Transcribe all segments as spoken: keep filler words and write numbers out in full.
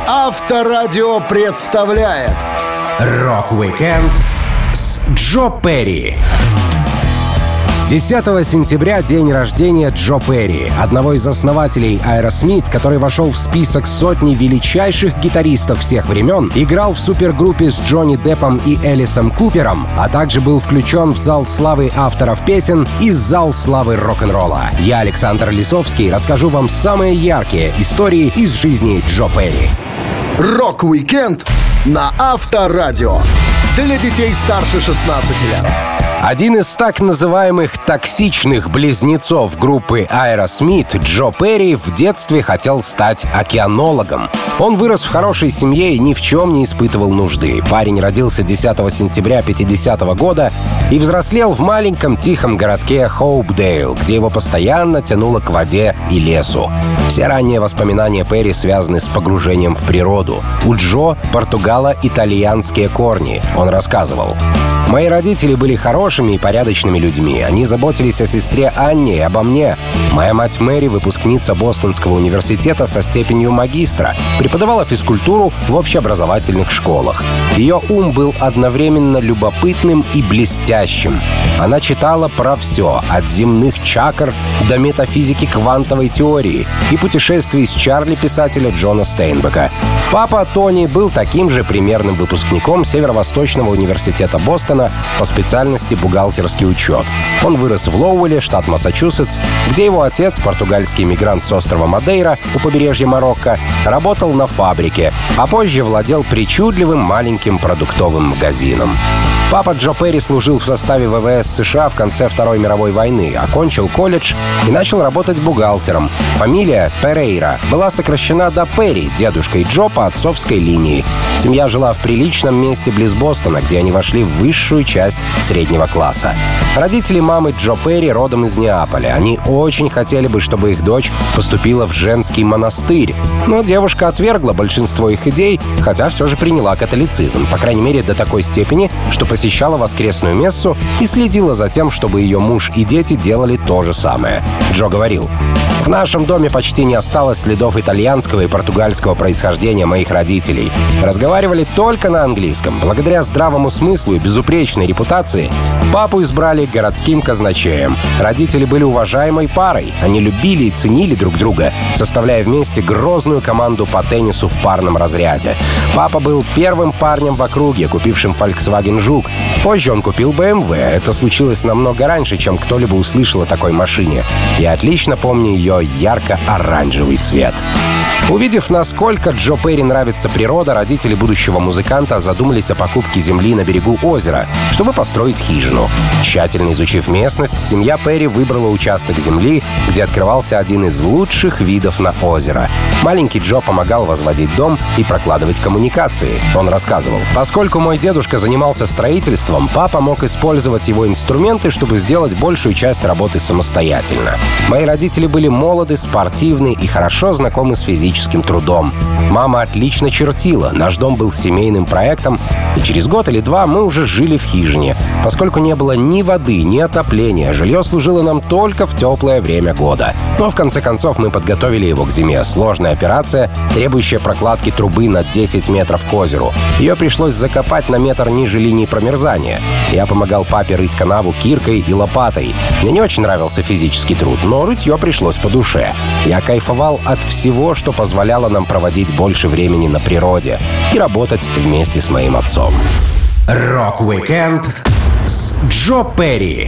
Авторадио представляет Рок-викенд с Джо Перри. десятого сентября — день рождения Джо Перри, одного из основателей Aerosmith, который вошел в список сотни величайших гитаристов всех времен, играл в супергруппе с Джонни Деппом и Элисом Купером, а также был включен в зал славы авторов песен и зал славы рок-н-ролла. Я, Александр Лисовский, расскажу вам самые яркие истории из жизни Джо Перри. Рок-викенд на Авторадио. Для детей старше шестнадцати лет. Один из так называемых токсичных близнецов группы Aerosmith, Джо Перри, в детстве хотел стать океанологом. Он вырос в хорошей семье и ни в чем не испытывал нужды. Парень родился десятого сентября пятидесятого года и взрослел в маленьком тихом городке Хоупдейл, где его постоянно тянуло к воде и лесу. Все ранние воспоминания Перри связаны с погружением в природу. У Джо португало-итальянские корни. Он рассказывал: «Мои родители были хорошими и порядочными людьми. Они заботились о сестре Анне и обо мне. Моя мать Мэри — выпускница Бостонского университета со степенью магистра, преподавала физкультуру в общеобразовательных школах. Ее ум был одновременно любопытным и блестящим. Она читала про все, от земных чакр до метафизики квантовой теории и путешествий с Чарли писателя Джона Стейнбека. Папа Тони был таким же примерным выпускником Северо-Восточного университета Бостона по специальности бухгалтерский учет. Он вырос в Лоуэлле, штат Массачусетс, где его отец, португальский мигрант с острова Мадейра у побережья Марокко, работал на фабрике, а позже владел причудливым маленьким продуктовым магазином. Папа Джо Перри служил в составе ВВС США в конце Второй мировой войны, окончил колледж и начал работать бухгалтером. Фамилия Перейра была сокращена до Перри, дедушкой Джо по отцовской линии. Семья жила в приличном месте близ Бостона, где они вошли в высшую часть среднего класса. Родители мамы Джо Перри родом из Неаполя. Они очень хотели бы, чтобы их дочь поступила в женский монастырь, но девушка отвергла большинство их идей, хотя все же приняла католицизм, по крайней мере до такой степени, что посещала воскресную мессу и следила за тем, чтобы ее муж и дети делали то же самое. Джо говорил: «В нашем доме почти не осталось следов итальянского и португальского происхождения моих родителей. Разговаривали только на английском. Благодаря здравому смыслу и безупречной репутации папу избрали городским казначеем. Родители были уважаемой парой. Они любили и ценили друг друга, составляя вместе грозную команду по теннису в парном разряде. Папа был первым парнем в округе, купившим Volkswagen Жук. Позже он купил бэ эм вэ. Это случилось намного раньше, чем кто-либо услышал о такой машине. Я отлично помню ее ярко-оранжевый цвет». Увидев, насколько Джо Перри нравится природа, родители будущего музыканта задумались о покупке земли на берегу озера, чтобы построить хижину. Тщательно изучив местность, семья Перри выбрала участок земли, где открывался один из лучших видов на озеро. Маленький Джо помогал возводить дом и прокладывать коммуникации. Он рассказывал: «Поскольку мой дедушка занимался строительством, папа мог использовать его инструменты, чтобы сделать большую часть работы самостоятельно. Мои родители были молоды, спортивны и хорошо знакомы с физическим трудом. Мама отлично чертила, наш дом был семейным проектом, и через год или два мы уже жили в хижине. Поскольку не было ни воды, ни отопления, жилье служило нам только в теплое время года. Но в конце концов мы подготовили его к зиме. Сложная операция, требующая прокладки трубы на десять метров к озеру. Ее пришлось закопать на метр ниже линии промерзания. Я помогал папе рыть канаву киркой и лопатой. Мне не очень нравился физический труд, но рытье пришлось по душе. Я кайфовал от всего, что позволяло нам проводить больше времени на природе и работать вместе с моим отцом». Рок-викенд с Джо Перри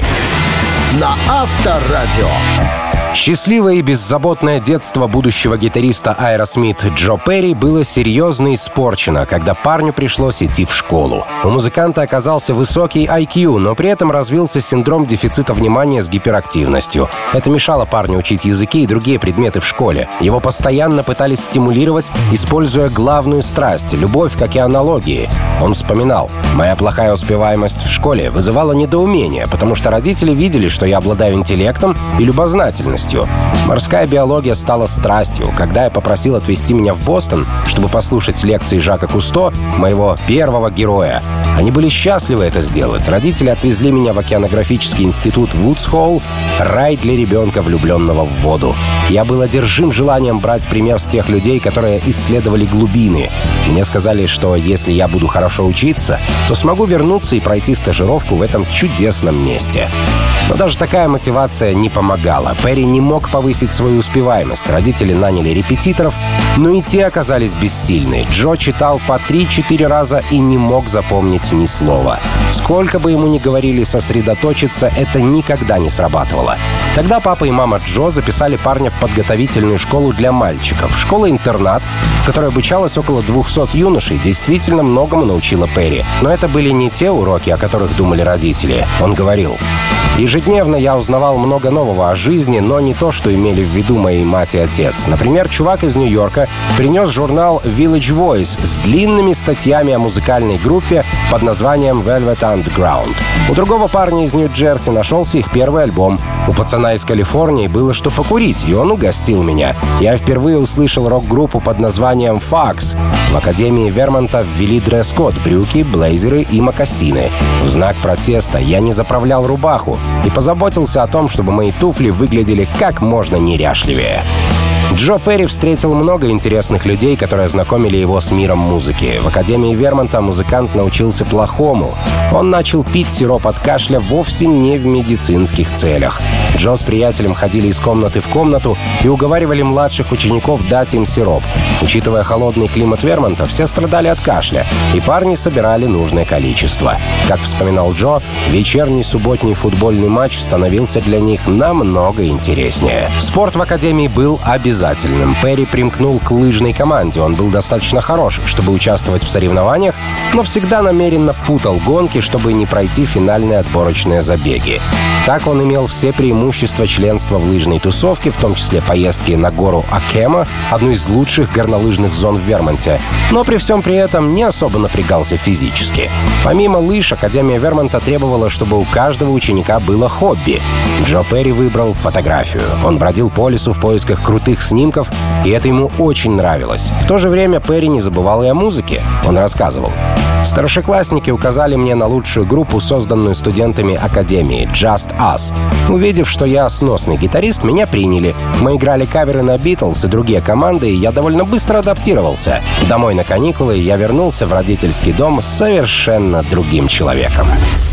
на Авторадио. Счастливое и беззаботное детство будущего гитариста Aerosmith Джо Перри было серьезно испорчено, когда парню пришлось идти в школу. У музыканта оказался высокий ай кью, но при этом развился синдром дефицита внимания с гиперактивностью. Это мешало парню учить языки и другие предметы в школе. Его постоянно пытались стимулировать, используя главную страсть — любовь к океанологии. Он вспоминал: «Моя плохая успеваемость в школе вызывала недоумение, потому что родители видели, что я обладаю интеллектом и любознательностью. юностью. Морская биология стала страстью. Когда я попросил отвезти меня в Бостон, чтобы послушать лекции Жака Кусто, моего первого героя, они были счастливы это сделать. Родители отвезли меня в океанографический институт Вудс-Холл, рай для ребенка, влюбленного в воду. Я был одержим желанием брать пример с тех людей, которые исследовали глубины. Мне сказали, что если я буду хорошо учиться, то смогу вернуться и пройти стажировку в этом чудесном месте. Но даже такая мотивация не помогала. Перри не мог повысить свою успеваемость. Родители наняли репетиторов, но и те оказались бессильны. Джо читал по три-четыре раза и не мог запомнить ни слова. Сколько бы ему ни говорили сосредоточиться, это никогда не срабатывало. Тогда папа и мама Джо записали парня в подготовительную школу для мальчиков. Школа-интернат, в которой обучалось около двухсот юношей, действительно многому научила Перри. Но это были не те уроки, о которых думали родители. Он говорил: «Ежедневно я узнавал много нового о жизни, но не то, что имели в виду мои мать и отец. Например, чувак из Нью-Йорка принес журнал Village Voice с длинными статьями о музыкальной группе под названием Velvet Underground. У другого парня из Нью-Джерси нашелся их первый альбом. У пацана из Калифорнии было что покурить, и он угостил меня. Я впервые услышал рок-группу под названием Fox. В Академии Вермонта ввели дресс-код — брюки, блейзеры и мокасины. В знак протеста я не заправлял рубаху и позаботился о том, чтобы мои туфли выглядели как можно неряшливее». Джо Перри встретил много интересных людей, которые знакомили его с миром музыки. В Академии Вермонта музыкант научился плохому. Он начал пить сироп от кашля вовсе не в медицинских целях. Джо с приятелем ходили из комнаты в комнату и уговаривали младших учеников дать им сироп. Учитывая холодный климат Вермонта, все страдали от кашля, и парни собирали нужное количество. Как вспоминал Джо, вечерний субботний футбольный матч становился для них намного интереснее. Спорт в Академии был обязательным. Перри примкнул к лыжной команде. Он был достаточно хорош, чтобы участвовать в соревнованиях, но всегда намеренно путал гонки, чтобы не пройти финальные отборочные забеги. Так он имел все преимущества членства в лыжной тусовке, в том числе поездки на гору Акема, одну из лучших горнолыжных зон в Вермонте, но при всем при этом не особо напрягался физически. Помимо лыж, Академия Вермонта требовала, чтобы у каждого ученика было хобби. Джо Перри выбрал фотографию. Он бродил по лесу в поисках крутых снимков, и это ему очень нравилось. В то же время Перри не забывал и о музыке. Он рассказывал: «Старшеклассники указали мне на лучшую группу, созданную студентами Академии — Just Us. Увидев, что я сносный гитарист, меня приняли. Мы играли каверы на Beatles и другие команды, и я довольно быстро адаптировался. Домой на каникулы я вернулся в родительский дом совершенно другим человеком».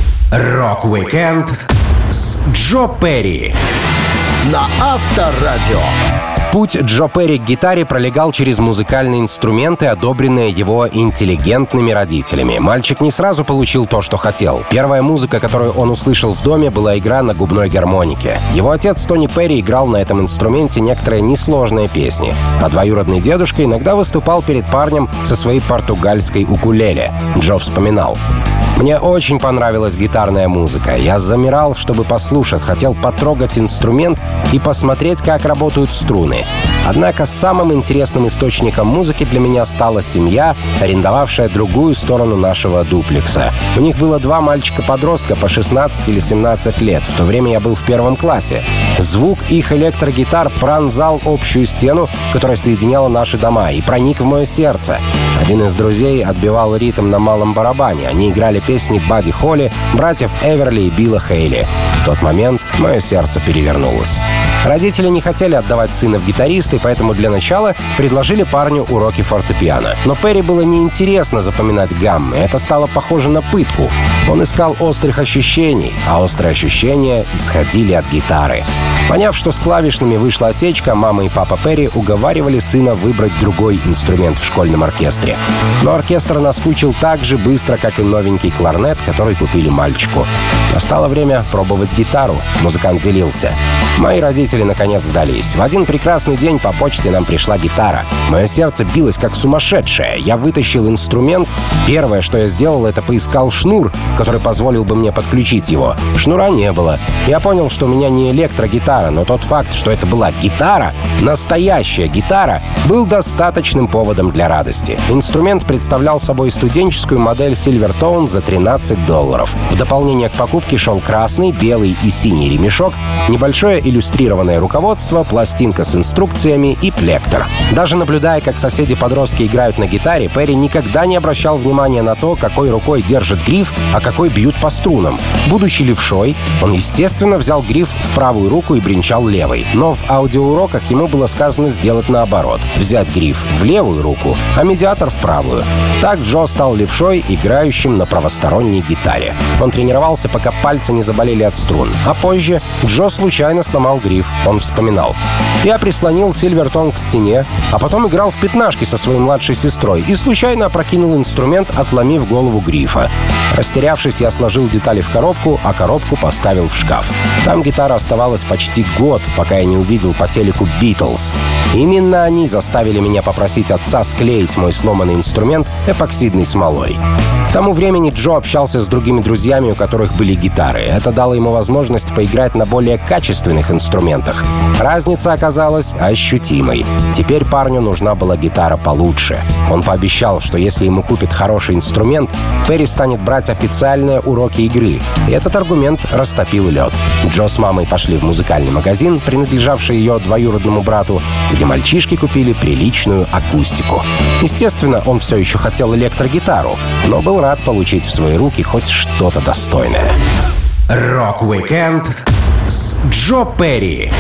Рок-уикенд с Джо Перри на Авторадио. Путь Джо Перри к гитаре пролегал через музыкальные инструменты, одобренные его интеллигентными родителями. Мальчик не сразу получил то, что хотел. Первая музыка, которую он услышал в доме, была игра на губной гармонике. Его отец Тони Перри играл на этом инструменте некоторые несложные песни, а двоюродный дедушка иногда выступал перед парнем со своей португальской укулеле. Джо вспоминал: «Мне очень понравилась гитарная музыка. Я замирал, чтобы послушать, хотел потрогать инструмент и посмотреть, как работают струны. Однако самым интересным источником музыки для меня стала семья, арендовавшая другую сторону нашего дуплекса. У них было два мальчика-подростка по шестнадцать или семнадцать лет. В то время я был в первом классе. Звук их электрогитар пронзал общую стену, которая соединяла наши дома, и проник в мое сердце. Один из друзей отбивал ритм на малом барабане. Они играли песни Бадди Холли, братьев Эверли и Билла Хейли. В тот момент мое сердце перевернулось». Родители не хотели отдавать сына в гитаристы, поэтому для начала предложили парню уроки фортепиано. Но Перри было неинтересно запоминать гаммы. Это стало похоже на пытку. Он искал острых ощущений, а острые ощущения исходили от гитары. Поняв, что с клавишными вышла осечка, мама и папа Перри уговаривали сына выбрать другой инструмент в школьном оркестре. Но оркестр наскучил так же быстро, как и новенький кларнет, который купили мальчику. Настало время пробовать гитару. Музыкант делился: «Мои родители наконец сдались. В один прекрасный день по почте нам пришла гитара. Мое сердце билось как сумасшедшее. Я вытащил инструмент. Первое, что я сделал, это поискал шнур, который позволил бы мне подключить его. Шнура не было. Я понял, что у меня не электрогитара, но тот факт, что это была гитара, настоящая гитара, был достаточным поводом для радости. Инструмент представлял собой студенческую модель Silvertone за тринадцать долларов. В дополнение к покупке шел красный, белый и синий ремешок, небольшое иллюстрированное руководство, пластинка с инструкциями и плектор. Даже наблюдая, как соседи-подростки играют на гитаре, Перри никогда не обращал внимания на то, какой рукой держит гриф, а какой бьют по струнам. Будучи левшой, он, естественно, взял гриф в правую руку и бренчал левой. Но в аудиоуроках ему было сказано сделать наоборот — взять гриф в левую руку, а медиатор в правую. Так Джо стал левшой, играющим на правосторонней гитаре. Он тренировался, пока пальцы не заболели от струн. А позже Джо случайно сломал гриф. Он вспоминал: «Я прислонил Silvertone к стене, а потом играл в пятнашки со своей младшей сестрой и случайно опрокинул инструмент, отломив голову грифа. Растерявшись, я сложил детали в коробку, а коробку поставил в шкаф. Там гитара оставалась почти год, пока я не увидел по телеку «Битлз». Именно они заставили меня попросить отца склеить мой сломанный инструмент эпоксидной смолой». К тому времени Джо общался с другими друзьями, у которых были гитары. Это дало ему возможность поиграть на более качественных инструментах. Разница оказалась ощутимой. Теперь парню нужна была гитара получше. Он пообещал, что если ему купят хороший инструмент, Перри станет брать официальные уроки игры. И этот аргумент растопил лед. Джо с мамой пошли в музыкальный магазин, принадлежавший ее двоюродному брату, где мальчишки купили приличную акустику. Естественно, он все еще хотел электрогитару, но был рад получить в свои руки хоть что-то достойное. Рок-викенд с Джо Перри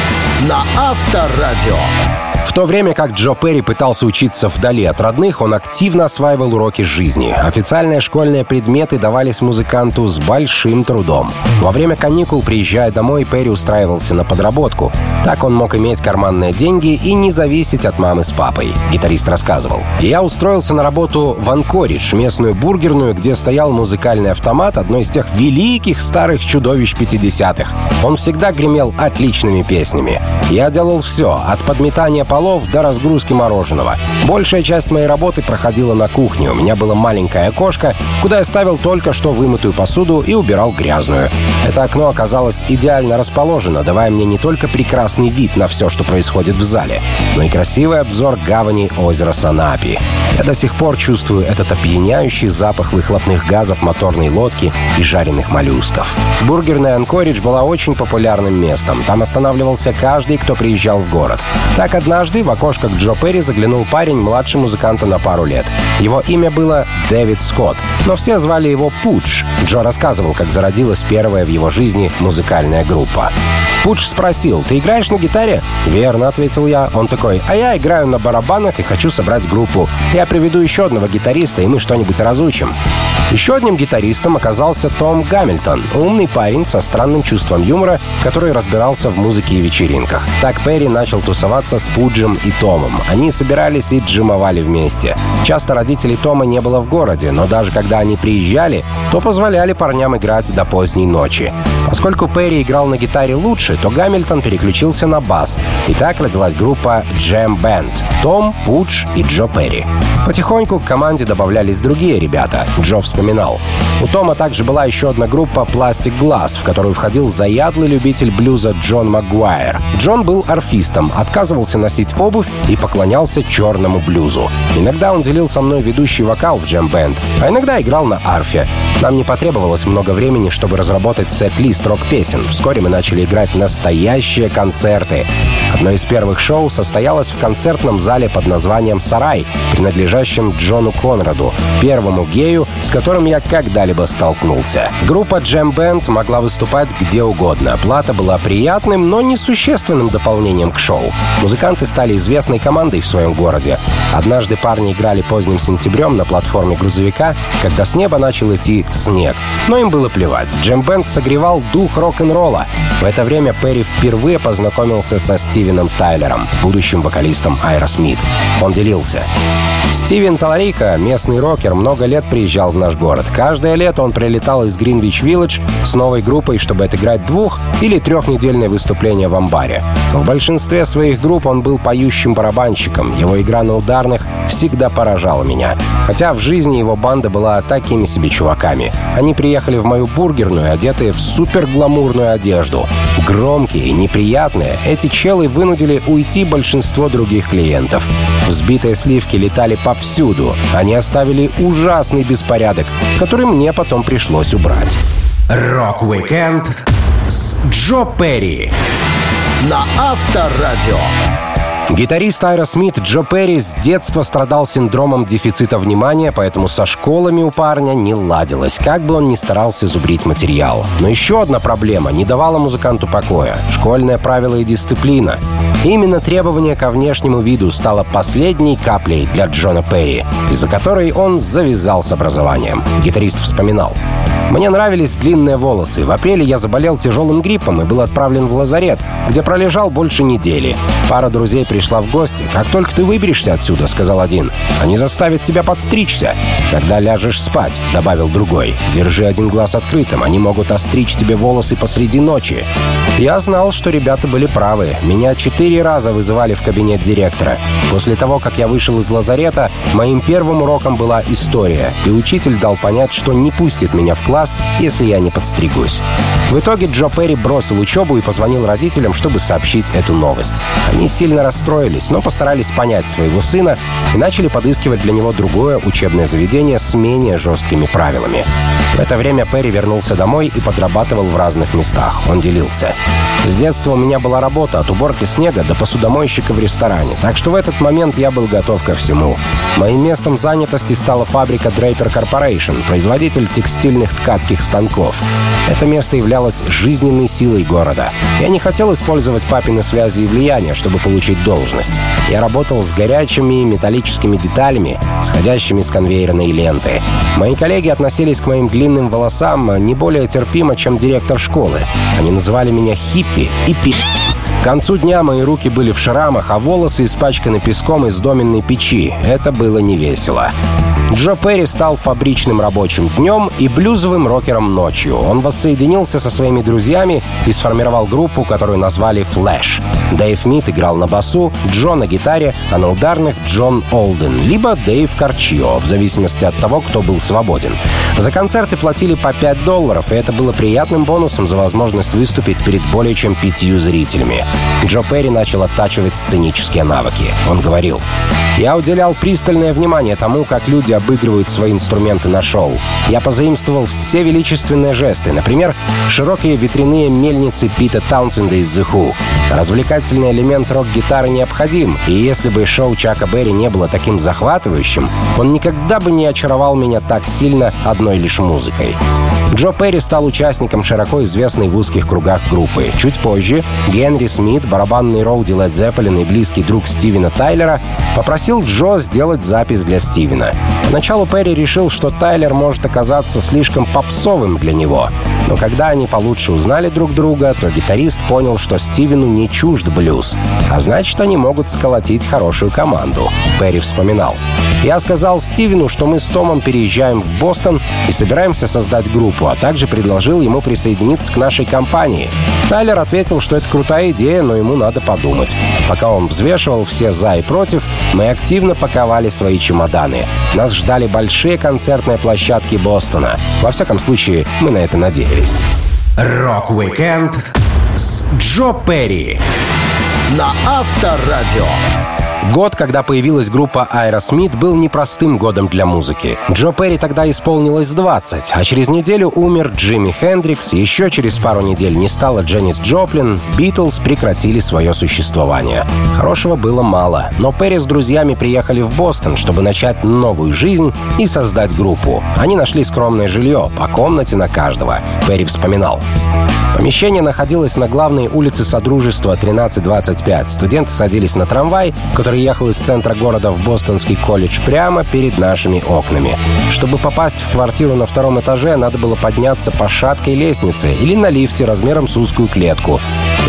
на Авторадио. В то время как Джо Перри пытался учиться вдали от родных, он активно осваивал уроки жизни. Официальные школьные предметы давались музыканту с большим трудом. Во время каникул, приезжая домой, Перри устраивался на подработку. Так он мог иметь карманные деньги и не зависеть от мамы с папой. Гитарист рассказывал: «Я устроился на работу в Анкоридж, местную бургерную, где стоял музыкальный автомат, одно из тех великих старых чудовищ пятидесятых. Он всегда гремел отличными песнями. Я делал все, от подметания полов до разгрузки мороженого. Большая часть моей работы проходила на кухне. У меня было маленькое окошко, куда я ставил только что вымытую посуду и убирал грязную. Это окно оказалось идеально расположено, давая мне не только прекрасный вид на все, что происходит в зале, но и красивый обзор гавани озера Санапи. Я до сих пор чувствую этот опьяняющий запах выхлопных газов моторной лодки и жареных моллюсков». Бургерная Анкоридж была очень популярным местом. Там останавливался каждый, кто приезжал в город. Так однажды в окошко к Джо Перри заглянул парень младше музыканта на пару лет. Его имя было Дэвид Скотт, но все звали его Пудж. Джо рассказывал, как зародилась первая в его жизни музыкальная группа. Пудж спросил: «Ты играешь на гитаре?» «Верно», — ответил я. Он такой: «А я играю на барабанах и хочу собрать группу. Я приведу еще одного гитариста, и мы что-нибудь разучим». Еще одним гитаристом оказался Том Гамильтон, умный парень со странным чувством юмора, который разбирался в музыке и вечеринках. Так Перри начал тусоваться с Пуджем и Томом. Они собирались и джимовали вместе. Часто родителей Тома не было в городе, но даже когда они приезжали, то позволяли парням играть до поздней ночи. Поскольку Перри играл на гитаре лучше, то Гамильтон переключился на бас. И так родилась группа Jam Band — Том, Пудж и Джо Перри. Потихоньку к команде добавлялись другие ребята. Джо вспоминал: «У Тома также была еще одна группа Plastic Glass, в которую входил заядлый любитель блюза Джон Магуайр. Джон был арфистом, отказывался носить обувь и поклонялся черному блюзу. Иногда он делил со мной ведущий вокал в Jam Band, а иногда играл на арфе. Нам не потребовалось много времени, чтобы разработать сет-лист рок-песен. Вскоре мы начали играть настоящие концерты. Одно из первых шоу состоялось в концертном зале под названием «Сарай», принадлежащем Джону Конраду, первому гею, с которым я когда-либо столкнулся. Группа Jam Band могла выступать где угодно. Плата была приятным, но несущественным дополнением к шоу. Музыканты стали известной командой в своем городе. Однажды парни играли поздним сентябрем на платформе грузовика, когда с неба начал идти снег. Но им было плевать. Jam Band согревал дух рок-н-ролла. В это время Перри впервые познакомился со Стивеном Тайлером, будущим вокалистом Aerosmith. Он делился: «Стивен Таларика, местный рокер, много лет приезжал в наш город. Каждое лето он прилетал из Гринвич-Виллидж с новой группой, чтобы отыграть двух- или трехнедельное выступление в амбаре. В большинстве своих групп он был поющим барабанщиком. Его игра на ударных всегда поражала меня. Хотя в жизни его банда была такими себе чуваками. Они приехали в мою бургерную, одетые в супергламурную одежду. Громкие и неприятные, эти челы вынудили уйти большинство других клиентов. Взбитые сливки летали повсюду. Они оставили ужасный беспорядок, который мне потом пришлось убрать. Рок-викенд с Джо Перри на Авторадио. Гитарист Aerosmith Джо Перри с детства страдал синдромом дефицита внимания, поэтому со школами у парня не ладилось, как бы он ни старался зубрить материал. Но еще одна проблема не давала музыканту покоя — школьное правило и дисциплина. Именно требование ко внешнему виду стало последней каплей для Джона Перри, из-за которой он завязал с образованием. Гитарист вспоминал: «Мне нравились длинные волосы. В апреле я заболел тяжелым гриппом и был отправлен в лазарет, где пролежал больше недели. Пара друзей пришла в гости. «Как только ты выберешься отсюда, — сказал один, — они заставят тебя подстричься. Когда ляжешь спать, — добавил другой, — держи один глаз открытым. Они могут остричь тебе волосы посреди ночи». Я знал, что ребята были правы. Меня четыре раза вызывали в кабинет директора. После того, как я вышел из лазарета, моим первым уроком была история, и учитель дал понять, что не пустит меня в класс, если я не подстригусь. В итоге Джо Перри бросил учебу и позвонил родителям, чтобы сообщить эту новость. Они сильно расстроились, но постарались понять своего сына и начали подыскивать для него другое учебное заведение с менее жесткими правилами. В это время Перри вернулся домой и подрабатывал в разных местах. Он делился: «С детства у меня была работа от уборки снега до посудомойщика в ресторане, так что в этот момент я был готов ко всему. Моим местом занятости стала фабрика Draper Corporation, производитель текстильных ткацких станков. Это место являлось жизненной силой города. Я не хотел использовать папины связи и влияние, чтобы получить должность. Я работал с горячими металлическими деталями, сходящими с конвейерной ленты. Мои коллеги относились к моим длинным волосам не более терпимо, чем директор школы. Они называли меня хиппи и пи... К концу дня мои руки были в шрамах, а волосы испачканы песком из доменной печи. Это было невесело». Джо Перри стал фабричным рабочим днем и блюзовым рокером ночью. Он воссоединился со своими друзьями и сформировал группу, которую назвали «Флэш». Дэйв Мит играл на басу, Джо на гитаре, а на ударных Джон Олден, либо Дэйв Корчио, в зависимости от того, кто был свободен. За концерты платили по пять долларов, и это было приятным бонусом за возможность выступить перед более чем пятью зрителями. Джо Перри начал оттачивать сценические навыки. Он говорил: «Я уделял пристальное внимание тому, как люди обыгрывают свои инструменты на шоу. Я позаимствовал все величественные жесты, например, широкие ветряные мельницы Пита Таунсенда из The Who. Развлекательный элемент рок-гитары необходим, и если бы шоу Чака Берри не было таким захватывающим, он никогда бы не очаровал меня так сильно одной лишь музыкой». Джо Перри стал участником широко известной в узких кругах группы. Чуть позже Генри Смит, барабанный роуди Led Zeppelin и близкий друг Стивена Тайлера, попросил Джо сделать запись для Стивена. Поначалу Перри решил, что Тайлер может оказаться слишком попсовым для него. Но когда они получше узнали друг друга, то гитарист понял, что Стивену не чужд блюз, а значит, они могут сколотить хорошую команду. Перри вспоминал: «Я сказал Стивену, что мы с Томом переезжаем в Бостон и собираемся создать группу, а также предложил ему присоединиться к нашей компании. Тайлер ответил, что это крутая идея, но ему надо подумать. Пока он взвешивал все «за» и «против», мы активно паковали свои чемоданы. Нас ждали большие концертные площадки Бостона. Во всяком случае, мы на это надеялись». Рок-викенд с Джо Перри на Авторадио. Год, когда появилась группа Aerosmith, был непростым годом для музыки. Джо Перри тогда исполнилось двадцать, а через неделю умер Джимми Хендрикс, еще через пару недель не стало Дженнис Джоплин, Битлз прекратили свое существование. Хорошего было мало, но Перри с друзьями приехали в Бостон, чтобы начать новую жизнь и создать группу. Они нашли скромное жилье, по комнате на каждого. Перри вспоминал: «Помещение находилось на главной улице Содружества тринадцать двадцать пять. Студенты садились на трамвай, который ехал из центра города в Бостонский колледж прямо перед нашими окнами. Чтобы попасть в квартиру на втором этаже, надо было подняться по шаткой лестнице или на лифте размером с узкую клетку.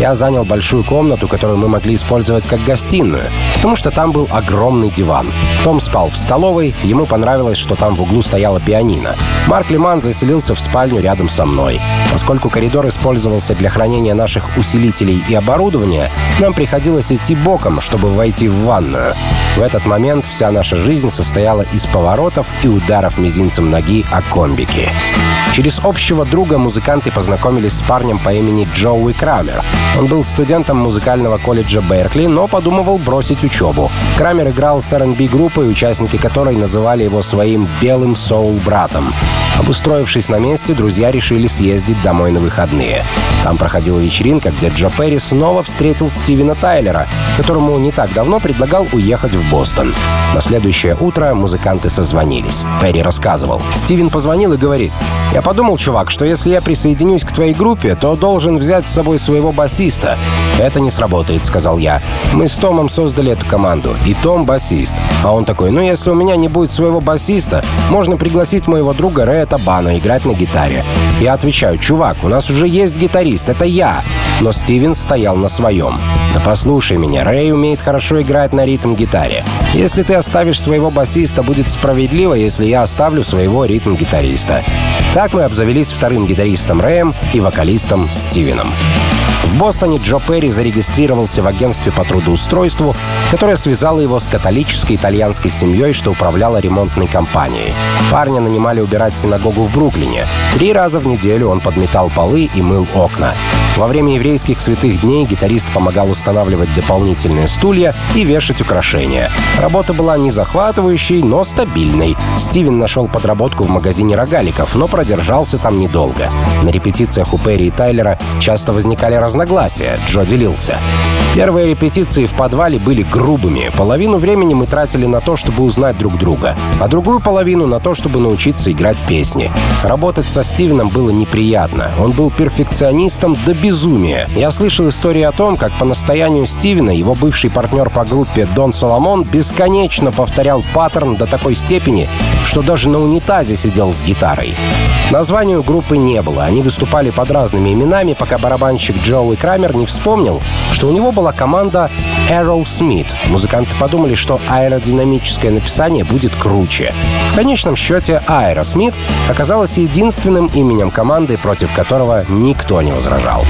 Я занял большую комнату, которую мы могли использовать как гостиную, потому что там был огромный диван. Том спал в столовой, ему понравилось, что там в углу стояла пианино. Марк Леман заселился в спальню рядом со мной. Поскольку коридор использовался для хранения наших усилителей и оборудования, нам приходилось идти боком, чтобы войти в ванную. В этот момент вся наша жизнь состояла из поворотов и ударов мизинцем ноги о комбики. Через общего друга музыканты познакомились с парнем по имени Джоуи Крамер. Он был студентом музыкального колледжа Беркли, но подумывал бросить учебу. Крамер играл с ар энд би группой, участники которой называли его своим «белым соул-братом». Обустроившись на месте, друзья решили съездить домой на выходные. Там проходила вечеринка, где Джо Перри снова встретил Стивена Тайлера, которому не так давно предлагал уехать в Бостон. На следующее утро музыканты созвонились. Перри рассказывал. Стивен позвонил и говорит: «Я подумал, чувак, что если я присоединюсь к твоей группе, то должен взять с собой своего басиста». «Это не сработает», — сказал я. «Мы с Томом создали эту команду, и Том — басист». А он такой: «Ну, если у меня не будет своего басиста, можно пригласить моего друга Рэя Табана играть на гитаре». Я отвечаю: «Чувак, у нас уже есть гитарист, это я». Но Стивен стоял на своем. «Да послушай меня, Рэй умеет хорошо играть на ритм-гитаре. Если ты оставишь своего басиста, будет справедливо, если я оставлю своего ритм-гитариста». Так мы обзавелись вторым гитаристом Рэем и вокалистом Стивеном. В Бостоне Джо Перри зарегистрировался в агентстве по трудоустройству, которое связало его с католической итальянской семьей, что управляла ремонтной компанией. Парня нанимали убирать синагогу в Бруклине. Три раза в неделю он подметал полы и мыл окна. Во время еврейских святых дней гитарист помогал устанавливать дополнительные стулья и вешать украшения. Работа была не захватывающей, но стабильной. Стивен нашел подработку в магазине рогаликов, но продержался там недолго. На репетициях у Перри и Тайлера часто возникали разногласия, Джо делился. Первые репетиции в подвале были грубыми. Половину времени мы тратили на то, чтобы узнать друг друга, а другую половину на то, чтобы научиться играть песни. Работать со Стивеном было неприятно. Он был перфекционистом до безумия. Я слышал истории о том, как по настоянию Стивена его бывший партнер по группе Дон Соломон бесконечно повторял паттерн до такой степени, что даже на унитазе сидел с гитарой. Названия у группы не было. Они выступали под разными именами, пока барабанщик Джоуи Крамер не вспомнил, что у него была команда Aerosmith. Музыканты подумали, что аэродинамическое написание будет круче. В конечном счете Aerosmith оказалось единственным именем команды, против которого никто не возражал.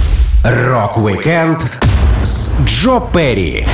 Рок-викенд с Джо Перри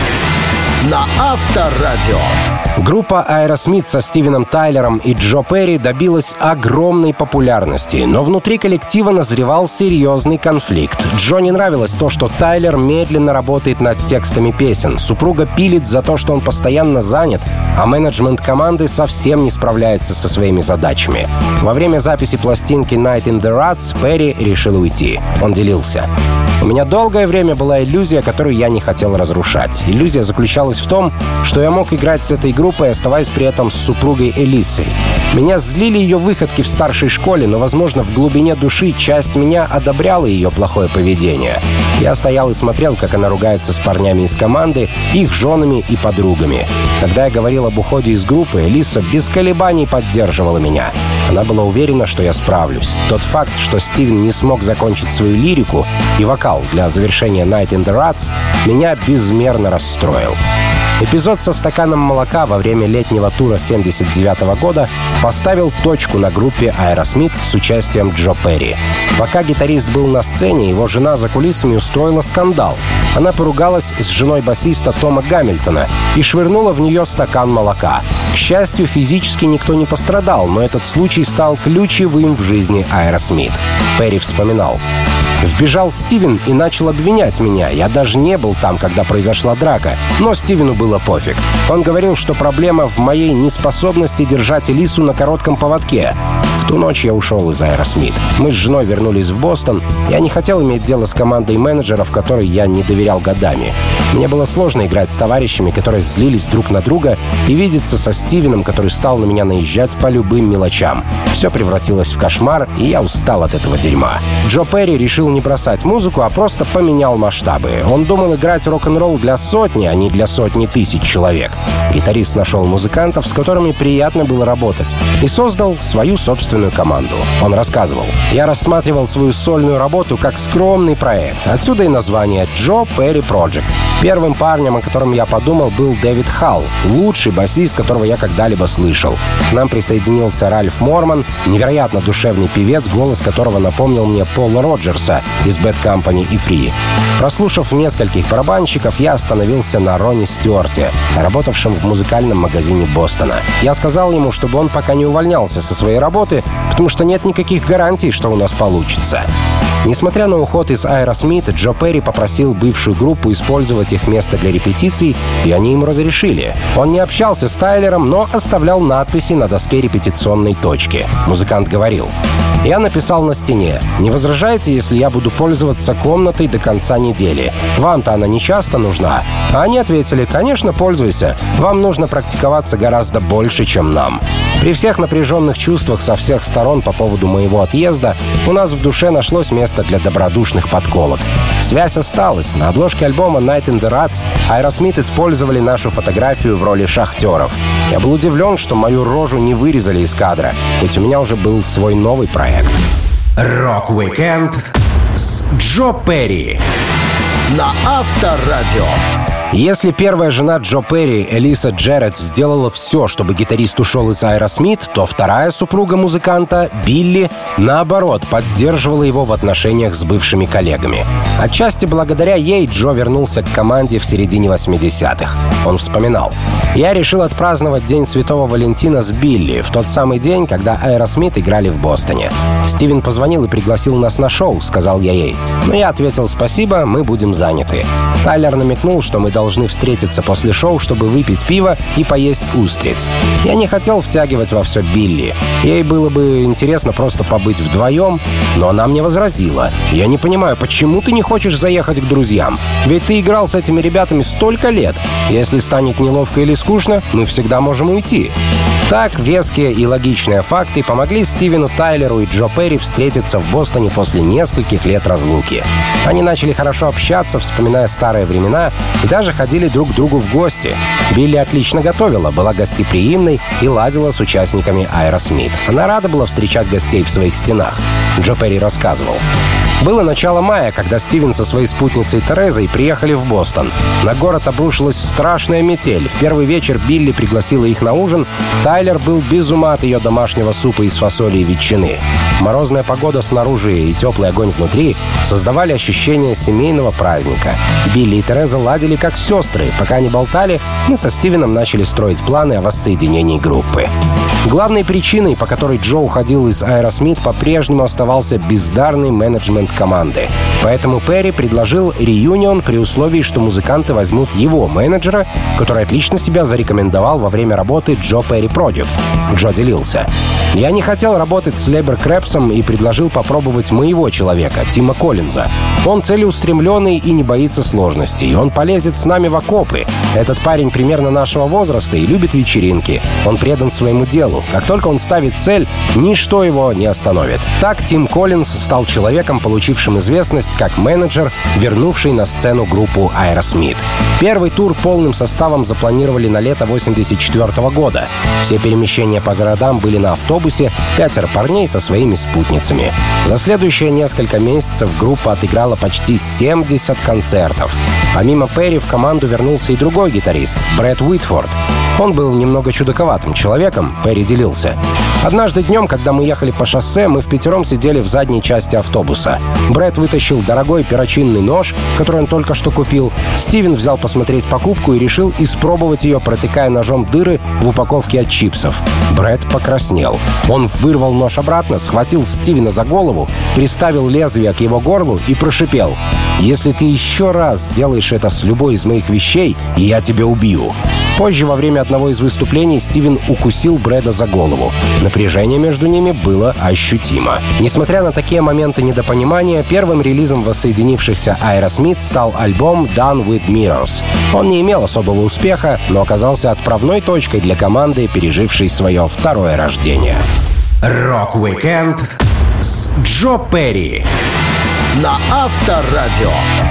на Авторадио. Группа Aerosmith со Стивеном Тайлером и Джо Перри добилась огромной популярности, но внутри коллектива назревал серьезный конфликт. Джо не нравилось то, что Тайлер медленно работает над текстами песен. Супруга пилит за то, что он постоянно занят, а менеджмент команды совсем не справляется со своими задачами. Во время записи пластинки Night in the Ruts Перри решил уйти. Он делился: «У меня долгое время была иллюзия, которую я не хотел разрушать. Иллюзия заключалась в том, что я мог играть с этой группой, оставаясь при этом с супругой Элисой. Меня злили ее выходки в старшей школе, но, возможно, в глубине души часть меня одобряла ее плохое поведение. Я стоял и смотрел, как она ругается с парнями из команды, их женами и подругами. Когда я говорил об уходе из группы, Элиса без колебаний поддерживала меня. Она была уверена, что я справлюсь. Тот факт, что Стивен не смог закончить свою лирику и вокал для завершения Night in the Ruts, меня безмерно расстроил». Эпизод со стаканом молока во время летнего тура семьдесят девятого года поставил точку на группе Aerosmith с участием Джо Перри. Пока гитарист был на сцене, его жена за кулисами устроила скандал. Она поругалась с женой басиста Тома Гамильтона и швырнула в нее стакан молока. К счастью, физически никто не пострадал, но этот случай стал ключевым в жизни Aerosmith. Перри вспоминал: «Вбежал Стивен и начал обвинять меня. Я даже не был там, когда произошла драка. Но Стивену было пофиг. Он говорил, что проблема в моей неспособности держать Элису на коротком поводке. В ту ночь я ушел из Aerosmith. Мы с женой вернулись в Бостон. Я не хотел иметь дело с командой менеджеров, которой я не доверял годами. Мне было сложно играть с товарищами, которые злились друг на друга, и видеться со Стивеном, который стал на меня наезжать по любым мелочам. Все превратилось в кошмар, и я устал от этого дерьма». Джо Перри решил не бросать музыку, а просто поменял масштабы. Он думал играть рок-н-ролл для сотни, а не для сотни тысяч человек. Гитарист нашел музыкантов, с которыми приятно было работать, и создал свою собственную собственную команду. Он рассказывал: «Я рассматривал свою сольную работу как скромный проект. Отсюда и название Joe Perry Project. Первым парнем, о котором я подумал, был Дэвид Халл, лучший басист, которого я когда-либо слышал. К нам присоединился Ральф Морман, невероятно душевный певец, голос которого напомнил мне Пола Роджерса из Bad Company и Free. Прослушав нескольких барабанщиков, я остановился на Ронни Стюарте, работавшем в музыкальном магазине Бостона. Я сказал ему, чтобы он пока не увольнялся со своей работы, потому что нет никаких гарантий, что у нас получится». Несмотря на уход из Aerosmith, Джо Перри попросил бывшую группу использовать их место для репетиций, и они ему разрешили. Он не общался с Тайлером, но оставлял надписи на доске репетиционной точки. Музыкант говорил: «Я написал на стене: не возражаете, если я буду пользоваться комнатой до конца недели? Вам-то она не часто нужна?» А они ответили: «Конечно, пользуйся. Вам нужно практиковаться гораздо больше, чем нам». При всех напряженных чувствах со всех сторон по поводу моего отъезда у нас в душе нашлось место для добродушных подколок. Связь осталась. На обложке альбома «Night in the Ruts» Aerosmith использовали нашу фотографию в роли шахтеров. Я был удивлен, что мою рожу не вырезали из кадра, ведь у меня уже был свой новый проект. Рок-викенд с Джо Перри на Авторадио. Если первая жена Джо Перри, Элиса Джерретт, сделала все, чтобы гитарист ушел из Aerosmith, то вторая супруга музыканта, Билли, наоборот, поддерживала его в отношениях с бывшими коллегами. Отчасти благодаря ей Джо вернулся к команде в середине восьмидесятых. Он вспоминал: «Я решил отпраздновать День Святого Валентина с Билли в тот самый день, когда Aerosmith играли в Бостоне. Стивен позвонил и пригласил нас на шоу», — сказал я ей. Но я ответил: «Спасибо, мы будем заняты». Тайлер намекнул, что мы должны встретиться после шоу, чтобы выпить пиво и поесть устриц. Я не хотел втягивать во все Билли. Ей было бы интересно просто побыть вдвоем, но она мне возразила: «Я не понимаю, почему ты не хочешь заехать к друзьям? Ведь ты играл с этими ребятами столько лет. Если станет неловко или скучно, мы всегда можем уйти». Так, веские и логичные факты помогли Стивену Тайлеру и Джо Перри встретиться в Бостоне после нескольких лет разлуки. Они начали хорошо общаться, вспоминая старые времена, и даже ходили друг к другу в гости. Билли отлично готовила, была гостеприимной и ладила с участниками Aerosmith. Она рада была встречать гостей в своих стенах. Джо Перри рассказывал: «Было начало мая, когда Стивен со своей спутницей Терезой приехали в Бостон. На город обрушилась страшная метель. В первый вечер Билли пригласила их на ужин. Тайлер был без ума от ее домашнего супа из фасоли и ветчины. Морозная погода снаружи и теплый огонь внутри создавали ощущение семейного праздника. Билли и Тереза ладили как сестры. Пока они болтали, мы со Стивеном начали строить планы о воссоединении группы». Главной причиной, по которой Джо уходил из Aerosmith, по-прежнему оставался бездарный менеджмент команды. Поэтому Перри предложил реюнион при условии, что музыканты возьмут его менеджера, который отлично себя зарекомендовал во время работы Joe Perry Project. Джо делился: «Я не хотел работать с Лебер Крэпсом и предложил попробовать моего человека, Тима Коллинза. Он целеустремленный и не боится сложностей. Он полезет с нами в окопы. Этот парень примерно нашего возраста и любит вечеринки. Он предан своему делу. Как только он ставит цель, ничто его не остановит». Так Тим Коллинз стал человеком, получившим известность как менеджер, вернувший на сцену группу Aerosmith. Первый тур полным составом запланировали на лето восемьдесят четвёртого года. Все перемещения по городам были на автобусе, пятеро парней со своими спутницами. За следующие несколько месяцев группа отыграла почти семьдесят концертов. Помимо Перри в команду вернулся и другой гитарист — Брэд Уитфорд. Он был немного чудаковатым человеком, Перри делился. «Однажды днем, когда мы ехали по шоссе, мы впятером сидели в задней части автобуса. Брэд вытащил дорогой перочинный нож, который он только что купил. Стивен взял посмотреть покупку и решил испробовать ее, протыкая ножом дыры в упаковке от чипсов. Брэд покраснел. Он вырвал нож обратно, схватил Стивена за голову, приставил лезвие к его горлу и прошипел: «Если ты еще раз сделаешь это с любой из моих вещей, я тебя убью». Позже, во время одного из выступлений, Стивен укусил Брэда за голову. Напряжение между ними было ощутимо. Несмотря на такие моменты недопонимания, первым релизом воссоединившихся Aerosmith стал альбом «Done with Mirrors». Он не имел особого успеха, но оказался отправной точкой для команды, пережившей свое второе рождение. Рок-викенд с Джо Перри на Авторадио.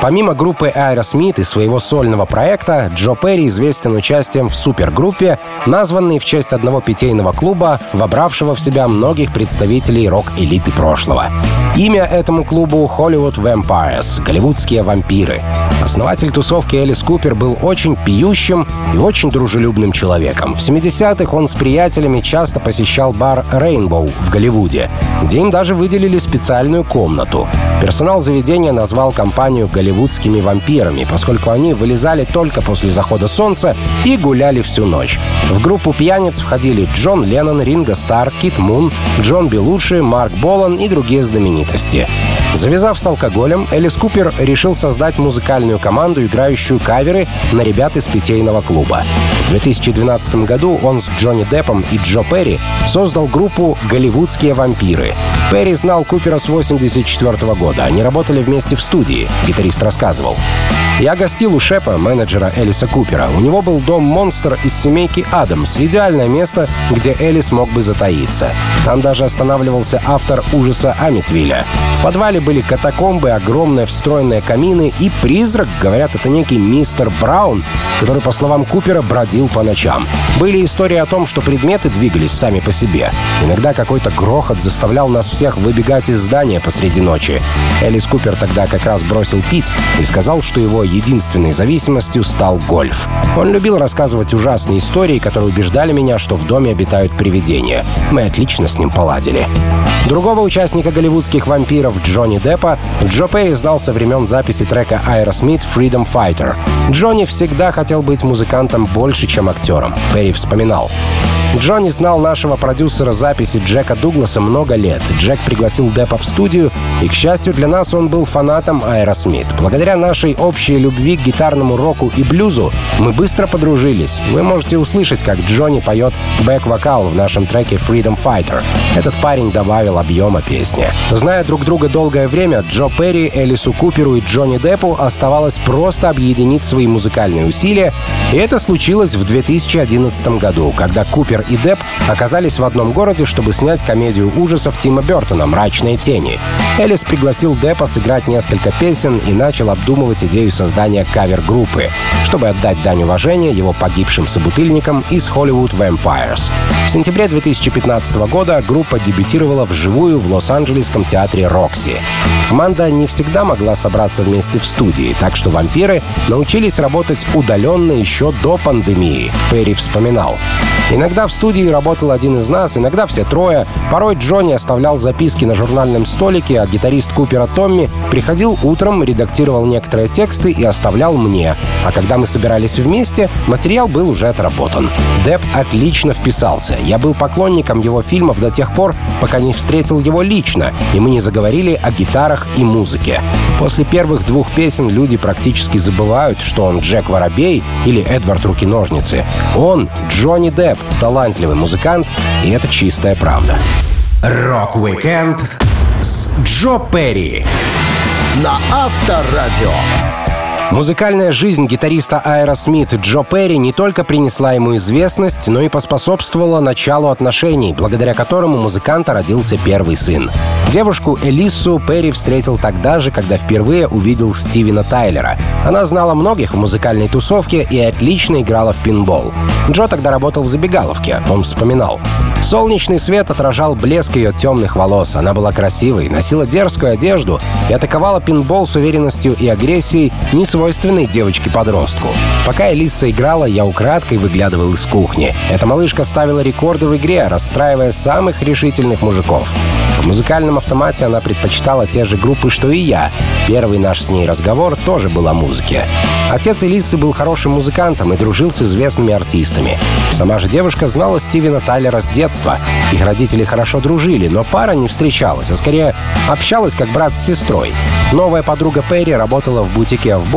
Помимо группы Aerosmith и своего сольного проекта, Джо Перри известен участием в супергруппе, названной в честь одного питейного клуба, вобравшего в себя многих представителей рок-элиты прошлого. Имя этому клубу — Hollywood Vampires — голливудские вампиры. Основатель тусовки Элис Купер был очень пьющим и очень дружелюбным человеком. В семидесятых он с приятелями часто посещал бар Rainbow в Голливуде, где им даже выделили специальную комнату. Персонал заведения назвал компанию голливудскими вампирами, поскольку они вылезали только после захода солнца и гуляли всю ночь. В группу пьяниц входили Джон Леннон, Ринго Старр, Кит Мун, Джон Белуши, Марк Болан и другие знаменитости. Завязав с алкоголем, Элис Купер решил создать музыкальную команду, играющую каверы на ребят из питейного клуба. В две тысячи двенадцатом году он с Джонни Деппом и Джо Перри создал группу «Голливудские вампиры». Перри знал Купера с восемьдесят четвёртого года. Они работали вместе в студии, гитарист рассказывал. «Я гостил у Шепа, менеджера Элиса Купера. У него был дом-монстр из семейки Адамс. Идеальное место, где Элис мог бы затаиться. Там даже останавливался автор ужаса Амитвилля. В подвале были катакомбы, огромные встроенные камины и призрак, говорят, это некий мистер Браун, который, по словам Купера, бродил по ночам. Были истории о том, что предметы двигались сами по себе. Иногда какой-то грохот заставлял нас всех выбегать из здания посреди ночи. Элис Купер тогда как раз бросил пить и сказал, что его единственной зависимостью стал гольф. Он любил рассказывать ужасные истории, которые убеждали меня, что в доме обитают привидения. Мы отлично с ним поладили». Другого участника голливудских вампиров, Джонни Деппа, Джо Перри знал со времен записи трека Aerosmith «Freedom Fighter». Джонни всегда хотел быть музыкантом больше, чем актером. Перри вспоминал: «Джонни знал нашего продюсера записи Джека Дугласа много лет. Джек пригласил Деппа в студию, и, к счастью для нас, он был фанатом Aerosmith. Благодаря нашей общей любви к гитарному року и блюзу мы быстро подружились. Вы можете услышать, как Джонни поет бэк-вокал в нашем треке «Freedom Fighter». Этот парень добавил объема песни». Зная друг друга долгое время, Джо Перри, Элису Куперу и Джонни Деппу оставалось просто объединить свои музыкальные усилия, и это случилось в две тысячи одиннадцатом году, когда Купер и Депп оказались в одном городе, чтобы снять комедию ужасов Тима Бёртона «Мрачные тени». Элис пригласил Деппа сыграть несколько песен и начал обдумывать идею создания кавер-группы, чтобы отдать дань уважения его погибшим собутыльникам из Hollywood Vampires. В сентябре две тысячи пятнадцатого года группа дебютировала вживую в Лос-Анджелесском театре «Рокси». Команда не всегда могла собраться вместе в студии, так что вампиры научились работать удаленно еще до пандемии. Перри вспоминал: «Иногда в студии работал один из нас, иногда все трое. Порой Джонни оставлял записки на журнальном столике, а гитарист Купера Томми приходил утром, редактировал некоторые тексты и оставлял мне. А когда мы собирались вместе, материал был уже отработан. Депп отлично вписался. Я был поклонником его фильмов до тех пор, пока не встретил его лично, и мы не заговорили о гитарах и музыке. После первых двух песен люди практически забывают, что он Джек Воробей или Эдвард Руки-ножницы. Он Джонни Депп, талантливый музыкант, и это чистая правда». Рок-викенд с Джо Перри на Авторадио. Музыкальная жизнь гитариста Aerosmith Джо Перри не только принесла ему известность, но и поспособствовала началу отношений, благодаря которым у музыканта родился первый сын. Девушку Элиссу Перри встретил тогда же, когда впервые увидел Стивена Тайлера. Она знала многих в музыкальной тусовке и отлично играла в пинбол. Джо тогда работал в забегаловке. Он вспоминал: «Солнечный свет отражал блеск ее темных волос. Она была красивой, носила дерзкую одежду и атаковала пинбол с уверенностью и агрессией, не свойственной девочке-подростку. Пока Элисса играла, я украдкой выглядывал из кухни. Эта малышка ставила рекорды в игре, расстраивая самых решительных мужиков. В музыкальном автомате она предпочитала те же группы, что и я. Первый наш с ней разговор тоже был о музыке. Отец Элиссы был хорошим музыкантом и дружил с известными артистами. Сама же девушка знала Стивена Тайлера с детства. Их родители хорошо дружили, но пара не встречалась, а скорее общалась как брат с сестрой. Новая подруга Перри работала в бутике в Бостоне,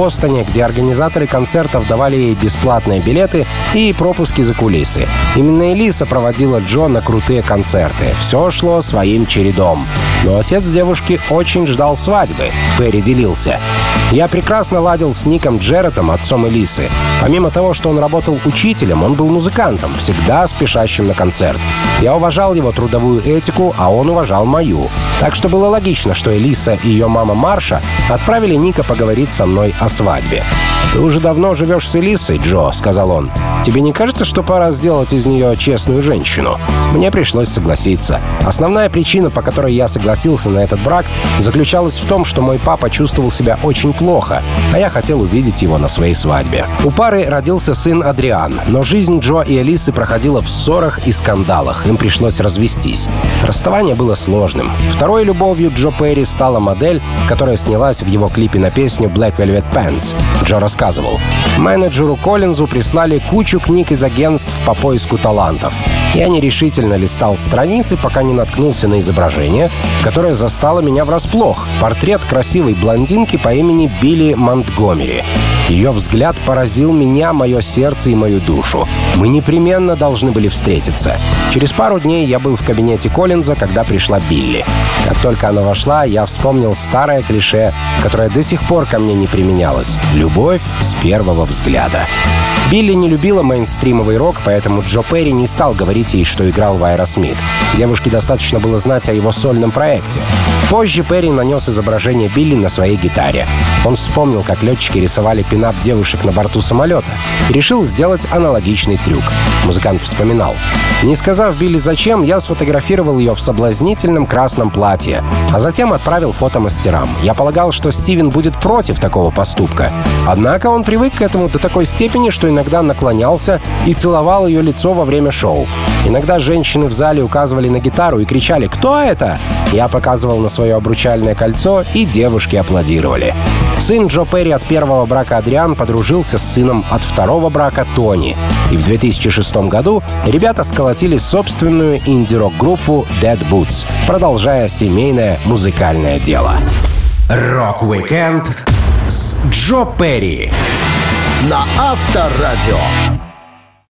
Бостоне, где организаторы концертов давали ей бесплатные билеты и пропуски за кулисы. Именно Элиса проводила Джо на крутые концерты. Все шло своим чередом. Но отец девушки очень ждал свадьбы. Перри делился. «Я прекрасно ладил с Ником Джерретом, отцом Элисы. Помимо того, что он работал учителем, он был музыкантом, всегда спешащим на концерт. Я уважал его трудовую этику, а он уважал мою. Так что было логично, что Элиса и ее мама Марша отправили Ника поговорить со мной о свадьбе. «Ты уже давно живешь с Элисой, Джо», — сказал он. «Тебе не кажется, что пора сделать из нее честную женщину?» Мне пришлось согласиться. Основная причина, по которой я согласился на этот брак, заключалась в том, что мой папа чувствовал себя очень плохо, а я хотел увидеть его на своей свадьбе. У пары родился сын Адриан, но жизнь Джо и Элисы проходила в ссорах и скандалах. Им пришлось развестись. Расставание было сложным. Второй любовью Джо Перри стала модель, которая снялась в его клипе на песню «Black Velvet Pants». Джо рассказывал: «Менеджеру Коллинзу прислали кучу книг из агентств по поиску талантов. Я нерешительно листал страницы, пока не наткнулся на изображение, которое застало меня врасплох. Портрет красивой блондинки по имени Билли Монтгомери. Ее взгляд поразил меня, мое сердце и мою душу. Мы непременно должны были встретиться. Через пару дней я был в кабинете Коллинза, когда пришла Билли. Как только она вошла, я вспомнил старое клише, которое до сих пор ко мне не применялось. Любовь с первого взгляда». Билли не любила мейнстримовый рок, поэтому Джо Перри не стал говорить ей, что играл в Aerosmith. Девушке достаточно было знать о его сольном проекте. Позже Перри нанес изображение Билли на своей гитаре. Он вспомнил, как летчики рисовали пинап девушек на борту самолета, и решил сделать аналогичный трюк. Музыкант вспоминал: «Не сказав Билли зачем, я сфотографировал ее в соблазнительном красном платье, а затем отправил фото мастерам. Я полагал, что Стивен будет против такого поступка. Однако он привык к этому до такой степени, что иногда наклонялся и целовал ее лицо во время шоу. Иногда женщины в зале указывали на гитару и кричали: «Кто это?». Я показывал на свое обручальное кольцо, и девушки аплодировали». Сын Джо Перри от первого брака Адриан подружился с сыном от второго брака Тони. И в две тысячи шестом году ребята сколотили собственную инди-рок-группу Dead Boots, продолжая семейное музыкальное дело. Рок-викенд с Джо Перри на Авторадио.